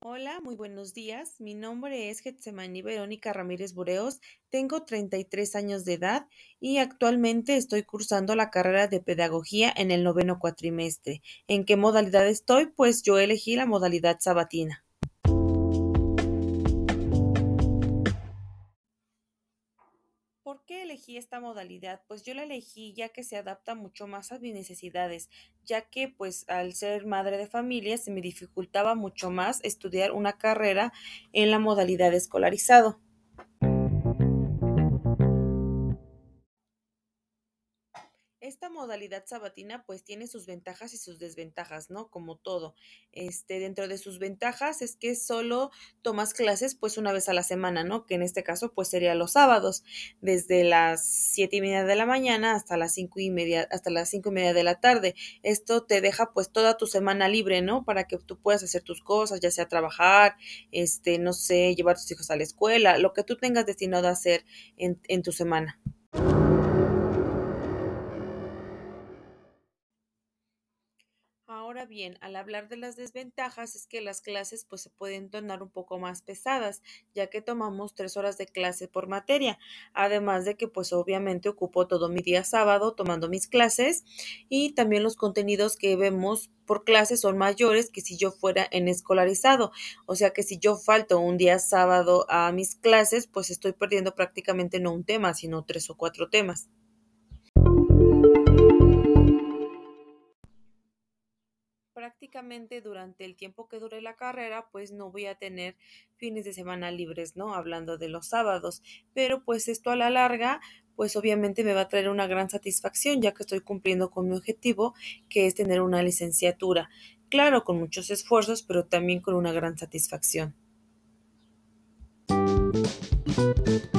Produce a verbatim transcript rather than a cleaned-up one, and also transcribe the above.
Hola, muy buenos días. Mi nombre es Getsemani Verónica Ramírez Bureos, tengo treinta y tres años de edad y actualmente estoy cursando la carrera de Pedagogía en el noveno cuatrimestre. ¿En qué modalidad estoy? Pues yo elegí la modalidad sabatina. ¿Por qué elegí esta modalidad? Pues yo la elegí ya que se adapta mucho más a mis necesidades, ya que pues al ser madre de familia se me dificultaba mucho más estudiar una carrera en la modalidad escolarizado. Esta modalidad sabatina pues tiene sus ventajas y sus desventajas, ¿no? Como todo. Este, dentro de sus ventajas es que solo tomas clases pues una vez a la semana, ¿no? Que en este caso pues sería los sábados, desde las siete y media de la mañana hasta las cinco y media, hasta las cinco y media de la tarde. Esto te deja pues toda tu semana libre, ¿no? Para que tú puedas hacer tus cosas, ya sea trabajar, este, no sé, llevar a tus hijos a la escuela, lo que tú tengas destinado a hacer en, en tu semana. Ahora bien, al hablar de las desventajas es que las clases pues se pueden tornar un poco más pesadas, ya que tomamos tres horas de clase por materia, además de que pues obviamente ocupo todo mi día sábado tomando mis clases y también los contenidos que vemos por clase son mayores que si yo fuera en escolarizado, o sea que si yo falto un día sábado a mis clases pues estoy perdiendo prácticamente no un tema, sino tres o cuatro temas. Prácticamente durante el tiempo que dure la carrera, pues no voy a tener fines de semana libres, ¿no? Hablando de los sábados, pero pues esto a la larga, pues obviamente me va a traer una gran satisfacción, ya que estoy cumpliendo con mi objetivo, que es tener una licenciatura. Claro, con muchos esfuerzos, pero también con una gran satisfacción.